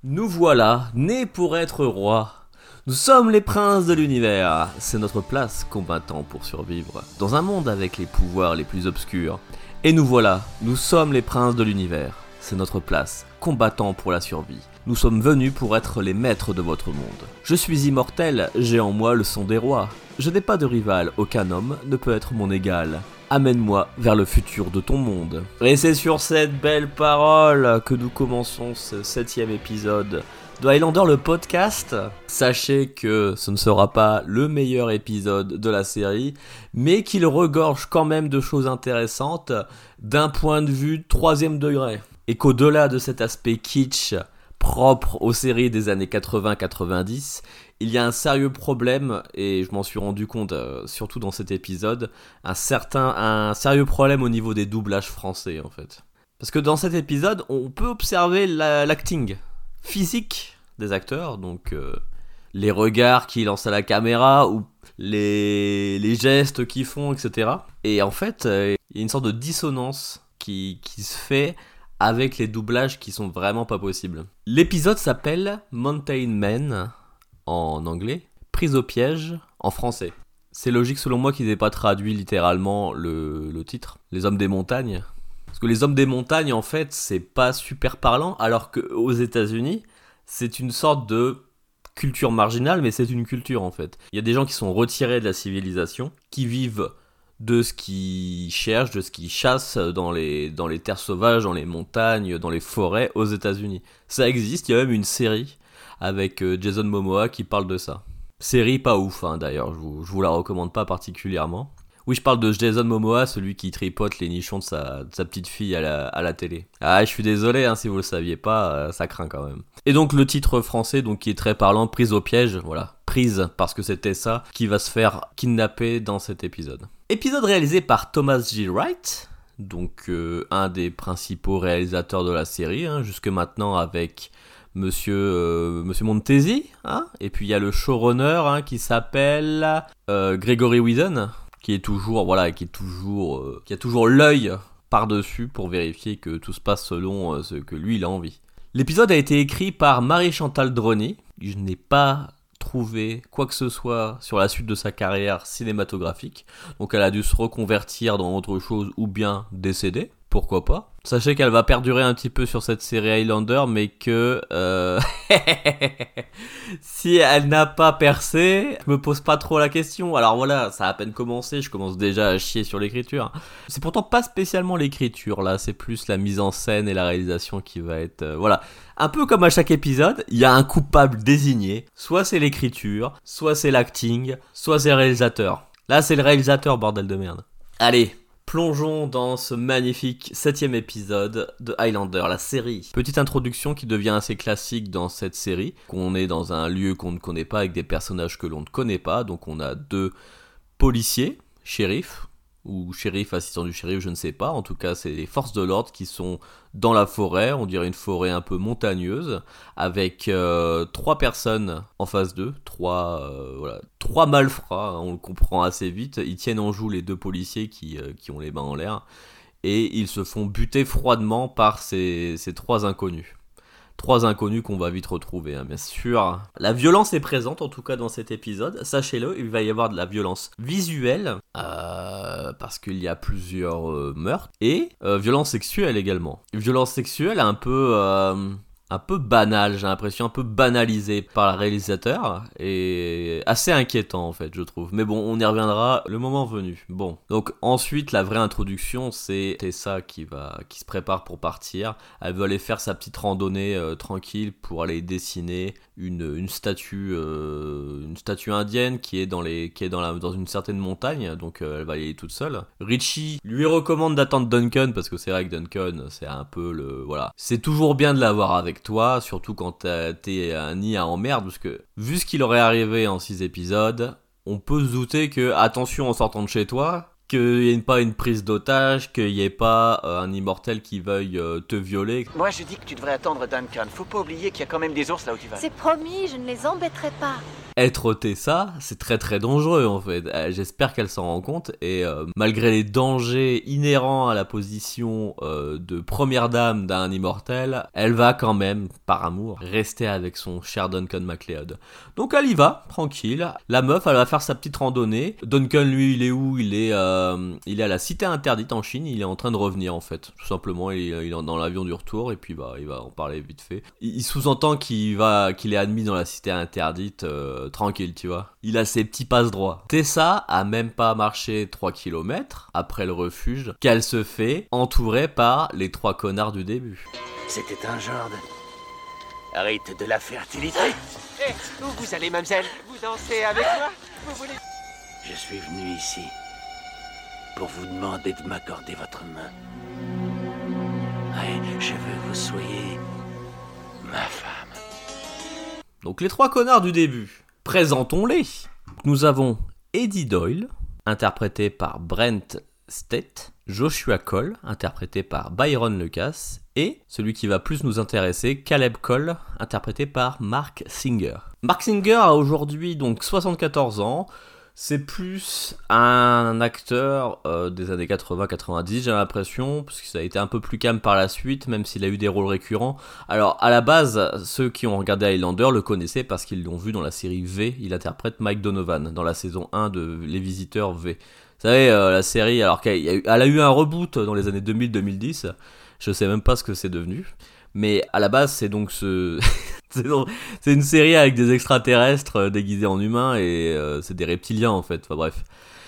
Nous voilà, nés pour être rois. Nous sommes les princes de l'univers. C'est notre place combattant pour survivre dans un monde avec les pouvoirs les plus obscurs. Et nous voilà, nous sommes les princes de l'univers. C'est notre place combattant pour la survie. Nous sommes venus pour être les maîtres de votre monde. Je suis immortel, j'ai en moi le son des rois. Je n'ai pas de rival, aucun homme ne peut être mon égal. Amène-moi vers le futur de ton monde. Et c'est sur cette belle parole que nous commençons ce 7e épisode de Highlander le podcast. Sachez que ce ne sera pas le meilleur épisode de la série, mais qu'il regorge quand même de choses intéressantes d'un point de vue 3e degré. Et qu'au-delà de cet aspect kitsch propre aux séries des années 80-90, il y a un sérieux problème, et je m'en suis rendu compte surtout dans cet épisode, un sérieux problème au niveau des doublages français en fait. Parce que dans cet épisode, on peut observer l'acting physique des acteurs, donc les regards qu'ils lancent à la caméra, ou les gestes qu'ils font, etc. Et en fait, il y a une sorte de dissonance qui se fait avec les doublages qui sont vraiment pas possibles. L'épisode s'appelle Mountain Men en anglais, Prise au piège en français. C'est logique selon moi qu'ils n'aient pas traduit littéralement le titre, Les hommes des montagnes. Parce que les hommes des montagnes, en fait, c'est pas super parlant, alors qu'aux États-Unis, c'est une sorte de culture marginale, mais c'est une culture en fait. Il y a des gens qui sont retirés de la civilisation, qui vivent de ce qu'ils cherchent, de ce qu'ils chassent dans les terres sauvages, dans les montagnes, dans les forêts aux États-Unis. Ça existe, il y a même une série avec Jason Momoa qui parle de ça. Série pas ouf d'ailleurs, je vous la recommande pas particulièrement. Oui, je parle de Jason Momoa, celui qui tripote les nichons de sa petite fille à la télé. Ah, je suis désolé, si vous le saviez pas, ça craint quand même. Et donc le titre français, donc qui est très parlant, Prise au piège, voilà. Prise, parce que c'était ça, qui va se faire kidnapper dans cet épisode. Épisode réalisé par Thomas J. Wright, donc un des principaux réalisateurs de la série, jusque maintenant avec Monsieur Montesi, et puis il y a le showrunner qui s'appelle Gregory Whedon, qui a toujours l'œil par-dessus pour vérifier que tout se passe selon ce que lui il a envie. L'épisode a été écrit par Marie-Chantal Drony. Je n'ai pas trouvé quoi que ce soit sur la suite de sa carrière cinématographique, donc elle a dû se reconvertir dans autre chose ou bien décéder, pourquoi pas. Sachez qu'elle va perdurer un petit peu sur cette série Highlander, mais que si elle n'a pas percé, je me pose pas trop la question. Alors voilà, ça a à peine commencé, je commence déjà à chier sur l'écriture. C'est pourtant pas spécialement l'écriture là, c'est plus la mise en scène et la réalisation qui va être voilà. Un peu comme à chaque épisode, il y a un coupable désigné. Soit c'est l'écriture, soit c'est l'acting, soit c'est le réalisateur. Là c'est le réalisateur, bordel de merde. Allez, plongeons dans ce magnifique 7e épisode de Highlander, la série. Petite introduction qui devient assez classique dans cette série. On est dans un lieu qu'on ne connaît pas avec des personnages que l'on ne connaît pas. Donc on a 2 policiers, shérifs, ou shérif, assistant du shérif, je ne sais pas. En tout cas, c'est les forces de l'ordre qui sont dans la forêt. On dirait une forêt un peu montagneuse, avec 3 personnes en face d'eux. 3 malfrats, on le comprend assez vite. Ils tiennent en joue les 2 policiers qui ont les mains en l'air. Et ils se font buter froidement par ces 3 inconnus. 3 inconnus qu'on va vite retrouver, bien sûr. La violence est présente, en tout cas dans cet épisode. Sachez-le, il va y avoir de la violence visuelle, parce qu'il y a plusieurs meurtres, et violence sexuelle également. Violence sexuelle un peu banale, j'ai l'impression, un peu banalisée par le réalisateur, et assez inquiétant en fait, je trouve. Mais bon, on y reviendra le moment venu. Bon, donc ensuite, la vraie introduction, c'est Tessa qui se prépare pour partir. Elle veut aller faire sa petite randonnée tranquille pour aller dessiner une statue indienne qui est dans une certaine montagne, donc elle va y aller toute seule. Richie lui recommande d'attendre Duncan, parce que c'est vrai que Duncan, c'est un peu c'est toujours bien de l'avoir avec toi, surtout quand t'es un nid à emmerde, parce que vu ce qu'il aurait arrivé en 6 épisodes, on peut se douter que, attention en sortant de chez toi, qu'il n'y ait pas une prise d'otage, qu'il n'y ait pas un immortel qui veuille te violer. Moi je dis que tu devrais attendre Duncan. Faut pas oublier qu'il y a quand même des ours là où tu vas. C'est promis, je ne les embêterai pas. Être Tessa, c'est très très dangereux en fait. J'espère qu'elle s'en rend compte et malgré les dangers inhérents à la position de première dame d'un immortel, elle va quand même, par amour, rester avec son cher Duncan MacLeod. Donc elle y va, tranquille. La meuf, elle va faire sa petite randonnée. Duncan, lui, il est où ? Il est à la cité interdite en Chine. Il est en train de revenir en fait. Tout simplement, il est dans l'avion du retour et puis il va en parler vite fait. Il sous-entend qu'il est admis dans la cité interdite. Tranquille, tu vois. Il a ses petits passe-droits. Tessa a même pas marché 3 km après le refuge qu'elle se fait entourer par les 3 connards du début. C'était un genre de... rite de la fertilité. Où vous allez, mademoiselle? Vous dansez avec moi? Vous voulez... Je suis venu ici pour vous demander de m'accorder votre main. Ouais, je veux que vous soyez ma femme. Donc les 3 connards du début. Présentons-les. Nous avons Eddie Doyle, interprété par Brent State, Joshua Cole, interprété par Byron Lucas, et celui qui va plus nous intéresser, Caleb Cole, interprété par Mark Singer. Mark Singer a aujourd'hui donc 74 ans. C'est plus un acteur des années 80-90, j'ai l'impression, parce que ça a été un peu plus calme par la suite, même s'il a eu des rôles récurrents. Alors, à la base, ceux qui ont regardé Highlander le connaissaient parce qu'ils l'ont vu dans la série V. Il interprète Mike Donovan dans la saison 1 de Les Visiteurs V. Vous savez, la série, alors elle a eu un reboot dans les années 2000-2010, je sais même pas ce que c'est devenu. Mais à la base, c'est donc c'est une série avec des extraterrestres déguisés en humains et c'est des reptiliens en fait. Enfin bref,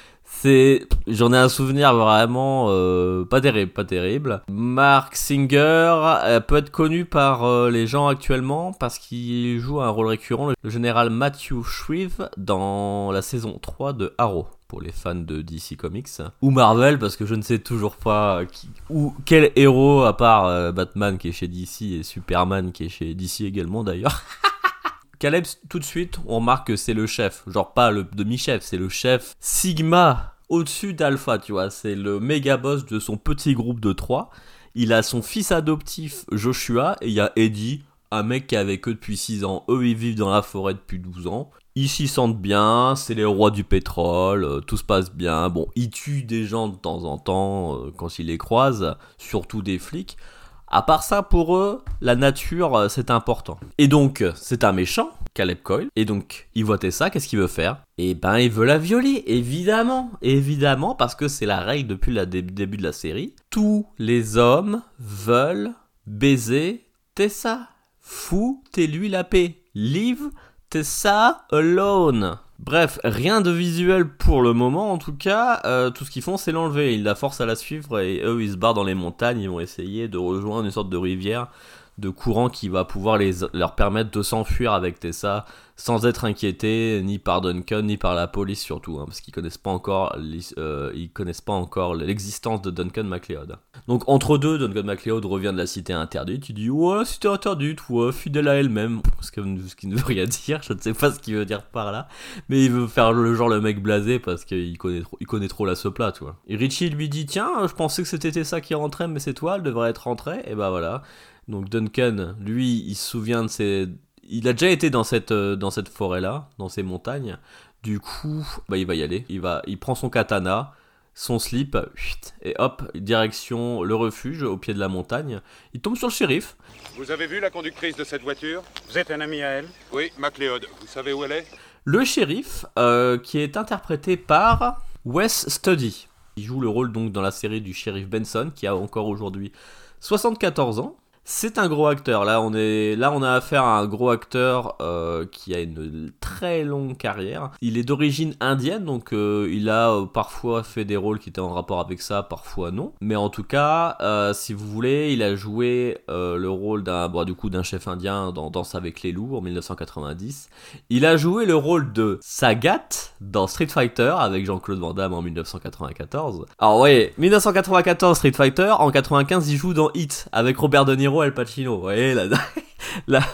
j'en ai un souvenir vraiment pas terrible. Mark Singer peut être connu par les gens actuellement parce qu'il joue un rôle récurrent, le général Matthew Shreve dans la saison 3 de Arrow. Pour les fans de DC Comics ou Marvel, parce que je ne sais toujours pas quel héros à part Batman qui est chez DC et Superman qui est chez DC également d'ailleurs. Caleb, tout de suite on remarque que c'est le chef, genre pas le demi-chef, c'est le chef Sigma au-dessus d'Alpha, tu vois, c'est le méga boss de son petit groupe de 3. Il a son fils adoptif Joshua et il y a Eddie, un mec qui est avec eux depuis 6 ans. Eux ils vivent dans la forêt depuis 12 ans. Ils s'y sentent bien, c'est les rois du pétrole, tout se passe bien. Bon, ils tuent des gens de temps en temps quand ils les croisent, surtout des flics. À part ça, pour eux, la nature, c'est important. Et donc, c'est un méchant, Caleb Cole. Et donc, il voit Tessa, qu'est-ce qu'il veut faire ? Eh ben, il veut la violer, évidemment, parce que c'est la règle depuis le début de la série. Tous les hommes veulent baiser Tessa. Foutez-lui la paix. Leave Tessa alone. Bref, rien de visuel pour le moment en tout cas, tout ce qu'ils font c'est l'enlever, ils la forcent à la suivre et eux ils se barrent dans les montagnes, ils vont essayer de rejoindre une sorte de rivière, de courant qui va pouvoir leur permettre de s'enfuir avec Tessa sans être inquiétés ni par Duncan ni par la police surtout, parce qu'ils connaissent pas encore l'existence de Duncan MacLeod. Donc entre deux, Duncan MacLeod revient de la cité interdite, il dit ouais cité interdite, ouais fidèle à elle-même, ce qui ne veut rien dire, je ne sais pas ce qu'il veut dire par là, mais il veut faire le mec blasé parce qu'il connaît trop la sopla, tu vois. Et Richie lui dit tiens je pensais que c'était Tessa qui rentrait mais c'est toi, elle devrait être rentrée, et bah voilà. Donc Duncan, lui, il se souvient de il a déjà été dans cette forêt-là, dans ces montagnes. Du coup, bah il va y aller. Il prend son katana, son slip, et hop, direction le refuge au pied de la montagne. Il tombe sur le shérif. Vous avez vu la conductrice de cette voiture ? Vous êtes un ami à elle ? Oui, MacLeod. Vous savez où elle est ? Le shérif, qui est interprété par Wes Studi. Il joue le rôle donc dans la série du shérif Benson, qui a encore aujourd'hui 74 ans. C'est un gros acteur, là on a affaire à un gros acteur qui a une très longue carrière. Il est d'origine indienne, donc il a parfois fait des rôles qui étaient en rapport avec ça, parfois non. Mais en tout cas, si vous voulez, il a joué le rôle d'un chef indien dans Danse avec les loups en 1990. Il a joué le rôle de Sagat dans Street Fighter avec Jean-Claude Van Damme en 1994. Alors ouais, 1994 Street Fighter, en 95 il joue dans Hit avec Robert De Niro, Al Pacino, vous voyez,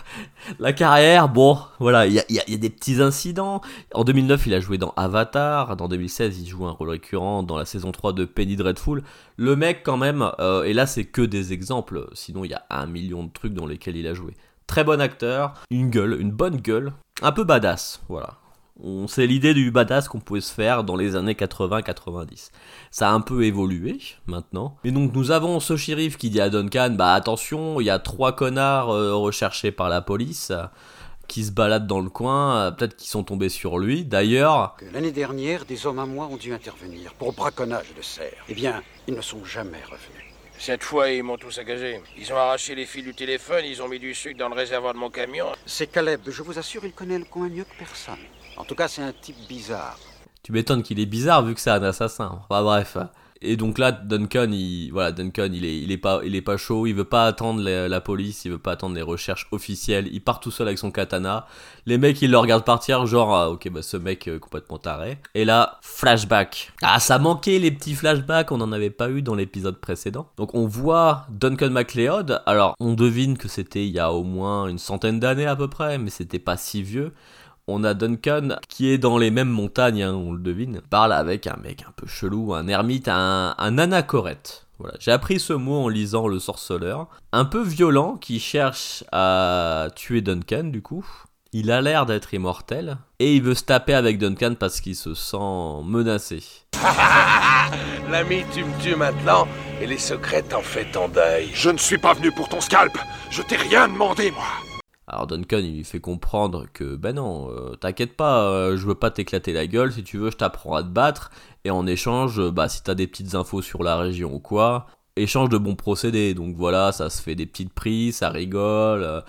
La carrière, bon, voilà, il y a des petits incidents. En 2009, il a joué dans Avatar. Dans 2016, il joue un rôle récurrent dans la saison 3 de Penny Dreadful. Le mec, quand même, et là, c'est que des exemples. Sinon, il y a 1 million de trucs dans lesquels il a joué. Très bon acteur, une bonne gueule, un peu badass, voilà. C'est l'idée du badass qu'on pouvait se faire dans les années 80-90. Ça a un peu évolué maintenant. Et donc nous avons ce shérif qui dit à Duncan, bah attention, il y a 3 connards recherchés par la police qui se baladent dans le coin, peut-être qu'ils sont tombés sur lui. D'ailleurs... Que l'année dernière, des hommes à moi ont dû intervenir pour braconnage de cerfs. Eh bien, ils ne sont jamais revenus. Cette fois, ils m'ont tout saccagé. Ils ont arraché les fils du téléphone, ils ont mis du sucre dans le réservoir de mon camion. C'est Caleb, je vous assure, il connaît le coin mieux que personne. En tout cas, c'est un type bizarre. Tu m'étonnes qu'il est bizarre vu que c'est un assassin. Enfin bref. Et donc là, Duncan, il est pas chaud. Il veut pas attendre la police. Il veut pas attendre les recherches officielles. Il part tout seul avec son katana. Les mecs, ils le regardent partir, genre, ok, bah ce mec complètement taré. Et là, flashback. Ah, ça manquait les petits flashbacks. On n'en avait pas eu dans l'épisode précédent. Donc on voit Duncan MacLeod. Alors, on devine que c'était il y a au moins une centaine d'années à peu près, mais c'était pas si vieux. On a Duncan qui est dans les mêmes montagnes, hein, on le devine, parle avec un mec un peu chelou, un ermite, un anachorète. Voilà. J'ai appris ce mot en lisant Le Sorceleur. Un peu violent, qui cherche à tuer Duncan du coup. Il a l'air d'être immortel, et il veut se taper avec Duncan parce qu'il se sent menacé. L'ami, tu me tues maintenant, et les secrets t'en fais ton deuil. Je ne suis pas venu pour ton scalp. Je t'ai rien demandé, moi. Alors Duncan, il lui fait comprendre que, ben non, t'inquiète pas, je veux pas t'éclater la gueule, si tu veux, je t'apprends à te battre, et en échange, bah si t'as des petites infos sur la région ou quoi, échange de bons procédés, donc voilà, ça se fait des petites prises, ça rigole.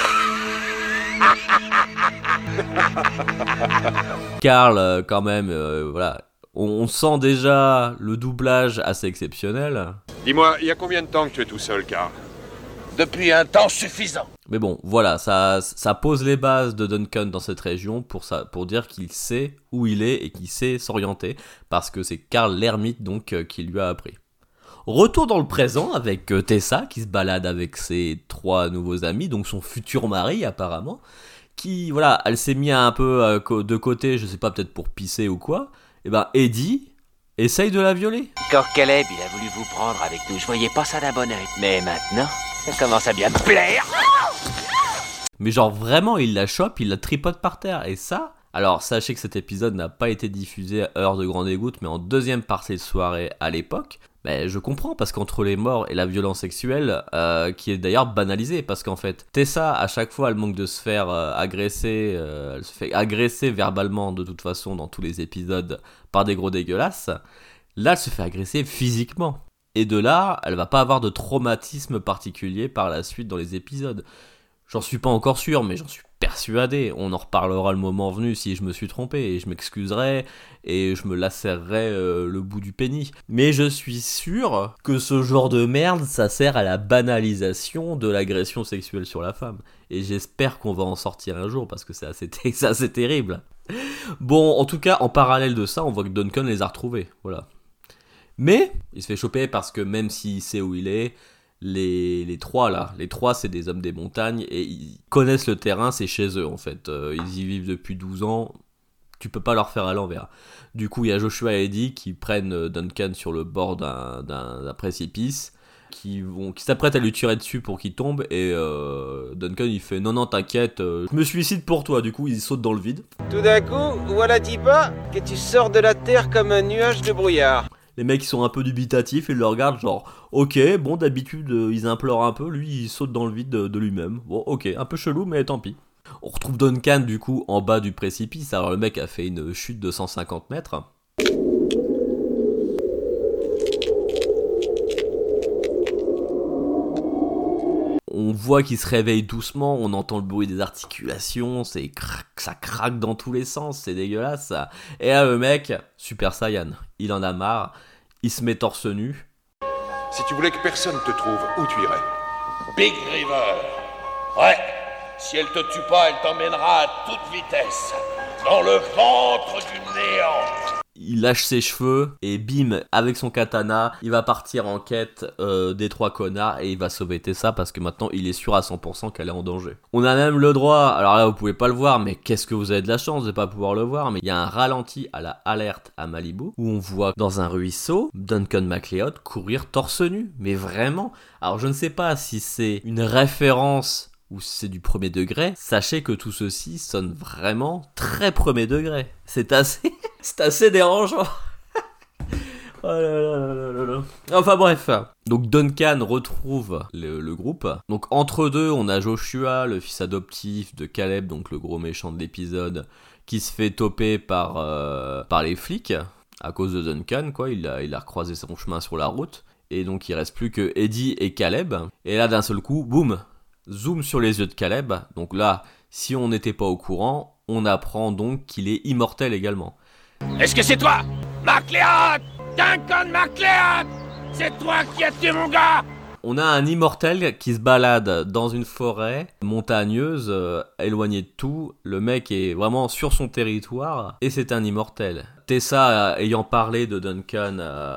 Carl, quand même, voilà, on sent déjà le doublage assez exceptionnel. Dis-moi, il y a combien de temps que tu es tout seul, Carl ? Depuis un temps suffisant. Mais bon, voilà, ça pose les bases de Duncan dans cette région pour dire qu'il sait où il est et qu'il sait s'orienter, parce que c'est Carl l'ermite donc qui lui a appris. Retour dans le présent avec Tessa qui se balade avec ses 3 nouveaux amis, donc son futur mari apparemment, qui, voilà, elle s'est mis un peu de côté, je sais pas, peut-être pour pisser ou quoi, et ben Eddie essaye de la violer. Quand Caleb, il a voulu vous prendre avec nous, je voyais pas ça d'un bon œil. Mais maintenant, ça commence à bien me plaire. Mais genre vraiment, il la chope, il la tripote par terre. Et ça, alors sachez que cet épisode n'a pas été diffusé à heure de grande écoute, mais en deuxième partie de soirée à l'époque. Ben, je comprends, parce qu'entre les morts et la violence sexuelle, qui est d'ailleurs banalisée, parce qu'en fait, Tessa, à chaque fois, elle manque de se faire agresser, elle se fait agresser verbalement de toute façon dans tous les épisodes par des gros dégueulasses. Là, elle se fait agresser physiquement. Et de là, elle va pas avoir de traumatisme particulier par la suite dans les épisodes. J'en suis pas encore sûr, mais j'en suis persuadé. On en reparlera le moment venu si je me suis trompé, et je m'excuserai, et je me lacérerai le bout du pénis. Mais je suis sûr que ce genre de merde, ça sert à la banalisation de l'agression sexuelle sur la femme. Et j'espère qu'on va en sortir un jour, parce que c'est assez terrible. Bon, en tout cas, en parallèle de ça, on voit que Duncan les a retrouvés, voilà. Mais, il se fait choper parce que même s'il sait où il est, les trois c'est des hommes des montagnes et ils connaissent le terrain, c'est chez eux en fait. Ils y vivent depuis 12 ans, tu peux pas leur faire à l'envers. Du coup, il y a Joshua et Eddie qui prennent Duncan sur le bord d'un précipice, qui s'apprêtent à lui tirer dessus pour qu'il tombe, et Duncan il fait non t'inquiète, je me suicide pour toi. Du coup il saute dans le vide. Tout d'un coup, voilà Tipa, que tu sors de la terre comme un nuage de brouillard. Les mecs ils sont un peu dubitatifs et ils le regardent genre ok, bon d'habitude ils implorent un peu, lui il saute dans le vide de lui-même. Bon ok, un peu chelou mais tant pis. On retrouve Duncan du coup en bas du précipice, alors le mec a fait une chute de 150 mètres. On voit qu'il se réveille doucement, on entend le bruit des articulations, ça craque dans tous les sens, c'est dégueulasse ça. Et là le mec, Super Saiyan, il en a marre, il se met torse nu. Si tu voulais que personne te trouve, où tu irais ? Big River. Ouais, si elle te tue pas, elle t'emmènera à toute vitesse, dans le ventre du néant. il lâche ses cheveux et bim, avec son katana, il va partir en quête des 3 connards et il va sauver Tessa parce que maintenant il est sûr à 100% qu'elle est en danger. On a même le droit, alors là vous pouvez pas le voir, mais qu'est-ce que vous avez de la chance de pas pouvoir le voir, mais il y a un ralenti à la alerte à Malibu où on voit dans un ruisseau Duncan MacLeod courir torse nu, mais vraiment. Alors je ne sais pas si c'est une référence ou si c'est du premier degré, sachez que tout ceci sonne vraiment très premier degré. C'est assez dérangeant. Oh là là là là là. Enfin bref. Donc Duncan retrouve le groupe. Donc entre deux, on a Joshua, le fils adoptif de Caleb, donc le gros méchant de l'épisode, qui se fait toper par les flics à cause de Duncan, quoi. Il a recroisé son chemin sur la route. Et donc il reste plus que Eddie et Caleb. Et là d'un seul coup, boum, zoom sur les yeux de Caleb. Donc là, si on n'était pas au courant, on apprend donc qu'il est immortel également. Est-ce que c'est toi, MacLeod? Duncan MacLeod? C'est toi qui as tué mon gars? On a un immortel qui se balade dans une forêt montagneuse, éloigné de tout. Le mec est vraiment sur son territoire et c'est un immortel. Tessa ayant parlé de Duncan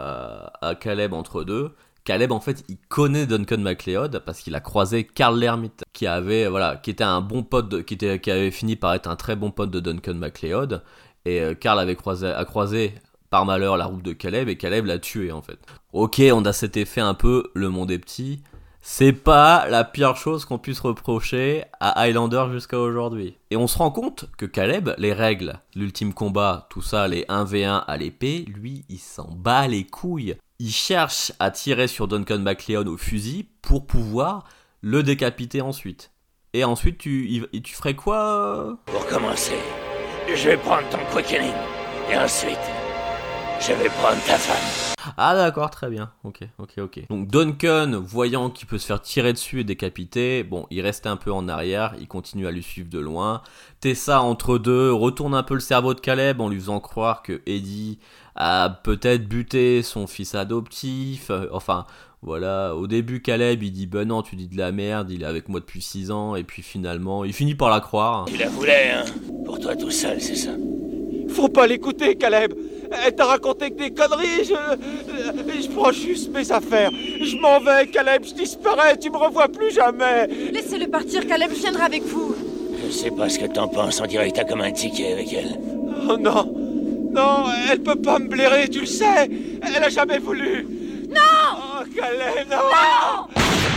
à Caleb entre deux, Caleb en fait il connaît Duncan MacLeod parce qu'il a croisé Carl l'ermite qui était un bon pote qui avait fini par être un très bon pote de Duncan MacLeod et Carl a croisé par malheur la route de Caleb et Caleb l'a tué en fait. Ok, on a cet effet un peu le monde est petit. C'est pas la pire chose qu'on puisse reprocher à Highlander jusqu'à aujourd'hui. Et on se rend compte que Caleb, les règles, l'ultime combat, tout ça, les 1v1 à l'épée, lui, il s'en bat les couilles. Il cherche à tirer sur Duncan MacLeod au fusil pour pouvoir le décapiter ensuite. Et ensuite, tu ferais quoi Pour commencer, je vais prendre ton quickening. Et ensuite, je vais prendre ta femme. Ah d'accord, très bien, ok. Donc Duncan, voyant qu'il peut se faire tirer dessus et décapiter, bon, il reste un peu en arrière, il continue à lui suivre de loin. Tessa, entre deux, retourne un peu le cerveau de Caleb en lui faisant croire que Eddie a peut-être buté son fils adoptif, enfin... Voilà, au début Caleb il dit ben non tu dis de la merde, il est avec moi depuis 6 ans et puis finalement il finit par la croire. Tu la voulais, hein? Pour toi tout seul, c'est ça? Faut pas l'écouter, Caleb. Elle t'a raconté que des conneries. Je prends juste mes affaires. Je m'en vais, Caleb. Je disparais. Tu me revois plus jamais. Laissez-le partir, Caleb, je viendrai avec vous. Je sais pas ce que t'en penses, on dirait que t'as comme un ticket avec elle. Oh non. Non, elle peut pas me blairer, tu le sais. Elle a jamais voulu. Non! Oh, Caleb, non!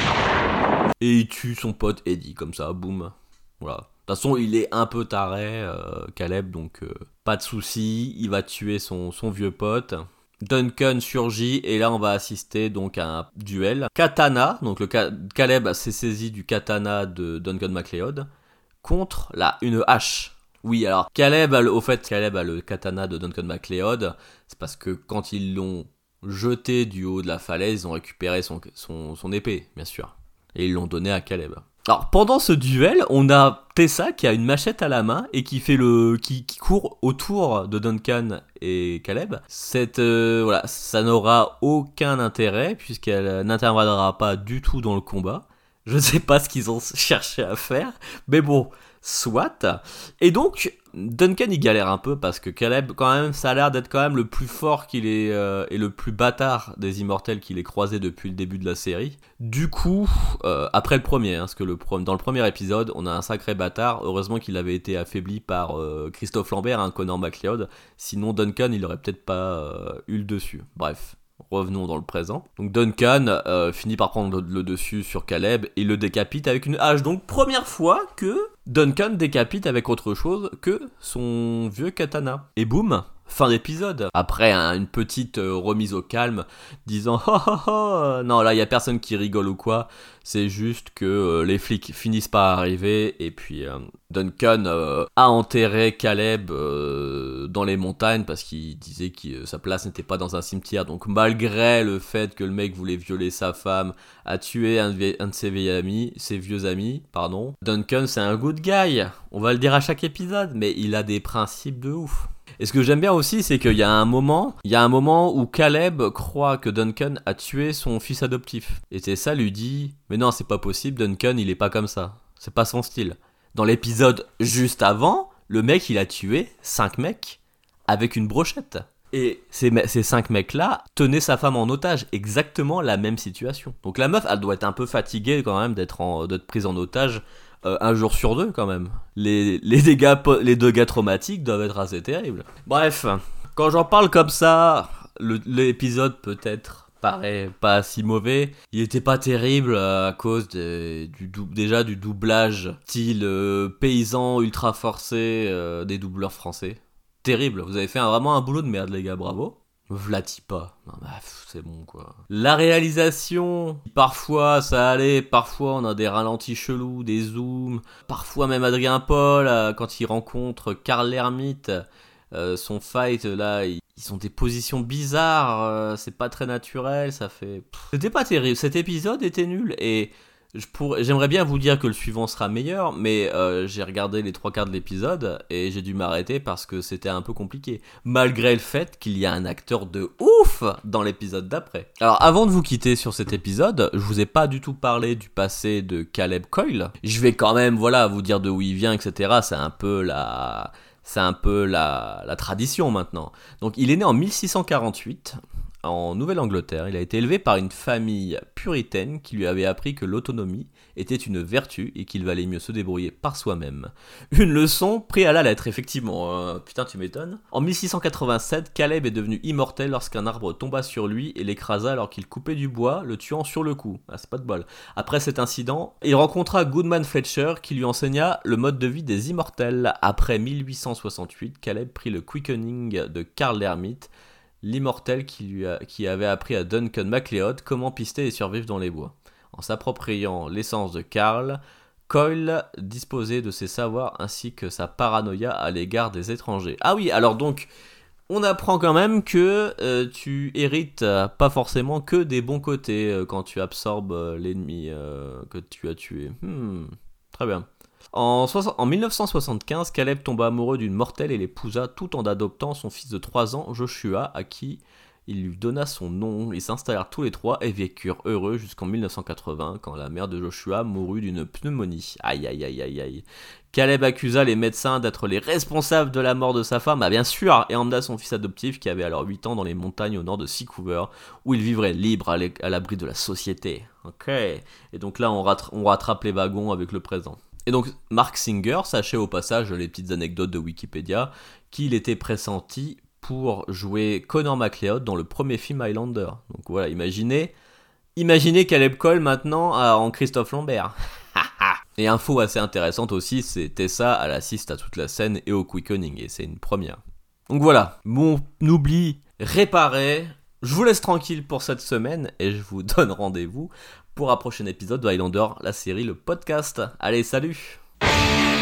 Et il tue son pote Eddie, comme ça, boum. Voilà. De toute façon, il est un peu taré, Caleb, donc pas de souci. Il va tuer son vieux pote. Duncan surgit, et là, on va assister donc à un duel. Katana, donc Caleb s'est saisi du katana de Duncan MacLeod, contre une hache. Oui, alors, Caleb a le katana de Duncan MacLeod, c'est parce que quand ils l'ont jeté du haut de la falaise, ils ont récupéré son épée, bien sûr. Et ils l'ont donné à Caleb. Alors, pendant ce duel, on a Tessa qui a une machette à la main et qui court autour de Duncan et Caleb. Ça n'aura aucun intérêt puisqu'elle n'interviendra pas du tout dans le combat. Je ne sais pas ce qu'ils ont cherché à faire, mais bon, soit. Et donc, Duncan il galère un peu parce que Caleb, quand même, ça a l'air d'être quand même le plus fort qu'il est et le plus bâtard des immortels qu'il ait croisé depuis le début de la série. Du coup, après le premier, parce que dans le premier épisode, on a un sacré bâtard. Heureusement qu'il avait été affaibli par Christophe Lambert, Connor MacLeod. Sinon, Duncan, il aurait peut-être pas eu le dessus. Bref. Revenons dans le présent. Donc Duncan finit par prendre le dessus sur Caleb et le décapite avec une hache. Donc première fois que Duncan décapite avec autre chose que son vieux katana. Et boum, fin d'épisode. Après une petite remise au calme, disant non là il y a personne qui rigole ou quoi. C'est juste que les flics finissent par arriver et puis Duncan a enterré Caleb dans les montagnes parce qu'il disait que sa place n'était pas dans un cimetière. Donc malgré le fait que le mec voulait violer sa femme, a tué un de ses vieux amis, Duncan c'est un good guy. On va le dire à chaque épisode, mais il a des principes de ouf. Et ce que j'aime bien aussi, c'est qu'il y a un moment où Caleb croit que Duncan a tué son fils adoptif. Et Tessa lui dit « Mais non, c'est pas possible, Duncan, il est pas comme ça. C'est pas son style. » Dans l'épisode juste avant, le mec, il a tué 5 mecs avec une brochette. Et ces 5 mecs-là tenaient sa femme en otage, exactement la même situation. Donc la meuf, elle doit être un peu fatiguée quand même d'être prise en otage un jour sur 2 quand même. Les dégâts traumatiques doivent être assez terribles. Bref, quand j'en parle comme ça, l'épisode peut-être paraît pas si mauvais. Il était pas terrible à cause du doublage style paysan ultra forcé des doubleurs français. Terrible, vous avez fait vraiment un boulot de merde les gars, bravo. Vlati pas, non bah c'est bon quoi. La réalisation, parfois ça allait, parfois on a des ralentis chelous, des zooms, parfois même Adrien Paul quand il rencontre Karl l'Ermite, son fight là, ils ont des positions bizarres, c'est pas très naturel, ça fait... C'était pas terrible, cet épisode était nul et... J'aimerais bien vous dire que le suivant sera meilleur, mais j'ai regardé les 3/4 de l'épisode et j'ai dû m'arrêter parce que c'était un peu compliqué, malgré le fait qu'il y a un acteur de ouf dans l'épisode d'après. Alors avant de vous quitter sur cet épisode, je vous ai pas du tout parlé du passé de Caleb Coyle. Je vais quand même vous dire de où il vient, etc. C'est un peu la tradition maintenant. Donc il est né en 1648 en Nouvelle-Angleterre. Il a été élevé par une famille puritaine qui lui avait appris que l'autonomie était une vertu et qu'il valait mieux se débrouiller par soi-même. Une leçon prise à la lettre, effectivement. Putain, tu m'étonnes. En 1687, Caleb est devenu immortel lorsqu'un arbre tomba sur lui et l'écrasa alors qu'il coupait du bois, le tuant sur le coup. Ah, c'est pas de bol. Après cet incident, il rencontra Goodman Fletcher qui lui enseigna le mode de vie des immortels. Après 1868, Caleb prit le quickening de Karl l'Ermite, l'immortel qui avait appris à Duncan MacLeod comment pister et survivre dans les bois. En s'appropriant l'essence de Karl, Coyle disposait de ses savoirs ainsi que sa paranoïa à l'égard des étrangers. Ah oui, alors donc, on apprend quand même que tu hérites pas forcément que des bons côtés quand tu absorbes l'ennemi que tu as tué. Très bien. En 1975, Caleb tomba amoureux d'une mortelle et l'épousa tout en adoptant son fils de 3 ans, Joshua, à qui il lui donna son nom. Ils s'installèrent tous les 3 et vécurent heureux jusqu'en 1980, quand la mère de Joshua mourut d'une pneumonie. Aïe aïe aïe aïe aïe. Caleb accusa les médecins d'être les responsables de la mort de sa femme, bien sûr, et emmena son fils adoptif qui avait alors 8 ans dans les montagnes au nord de Seacouver, où il vivrait libre à l'abri de la société. Ok. Et donc là, on rattrape les wagons avec le présent. Et donc, Mark Singer, sachez au passage les petites anecdotes de Wikipédia, qu'il était pressenti pour jouer Connor MacLeod dans le premier film Highlander. Donc voilà, imaginez Caleb Coyle maintenant en Christophe Lambert. Et info assez intéressante aussi, c'est Tessa, elle assiste à toute la scène et au quickening, et c'est une première. Donc voilà, mon oubli réparé. Je vous laisse tranquille pour cette semaine et je vous donne rendez-vous pour un prochain épisode de Highlander, la série, le podcast. Allez, salut!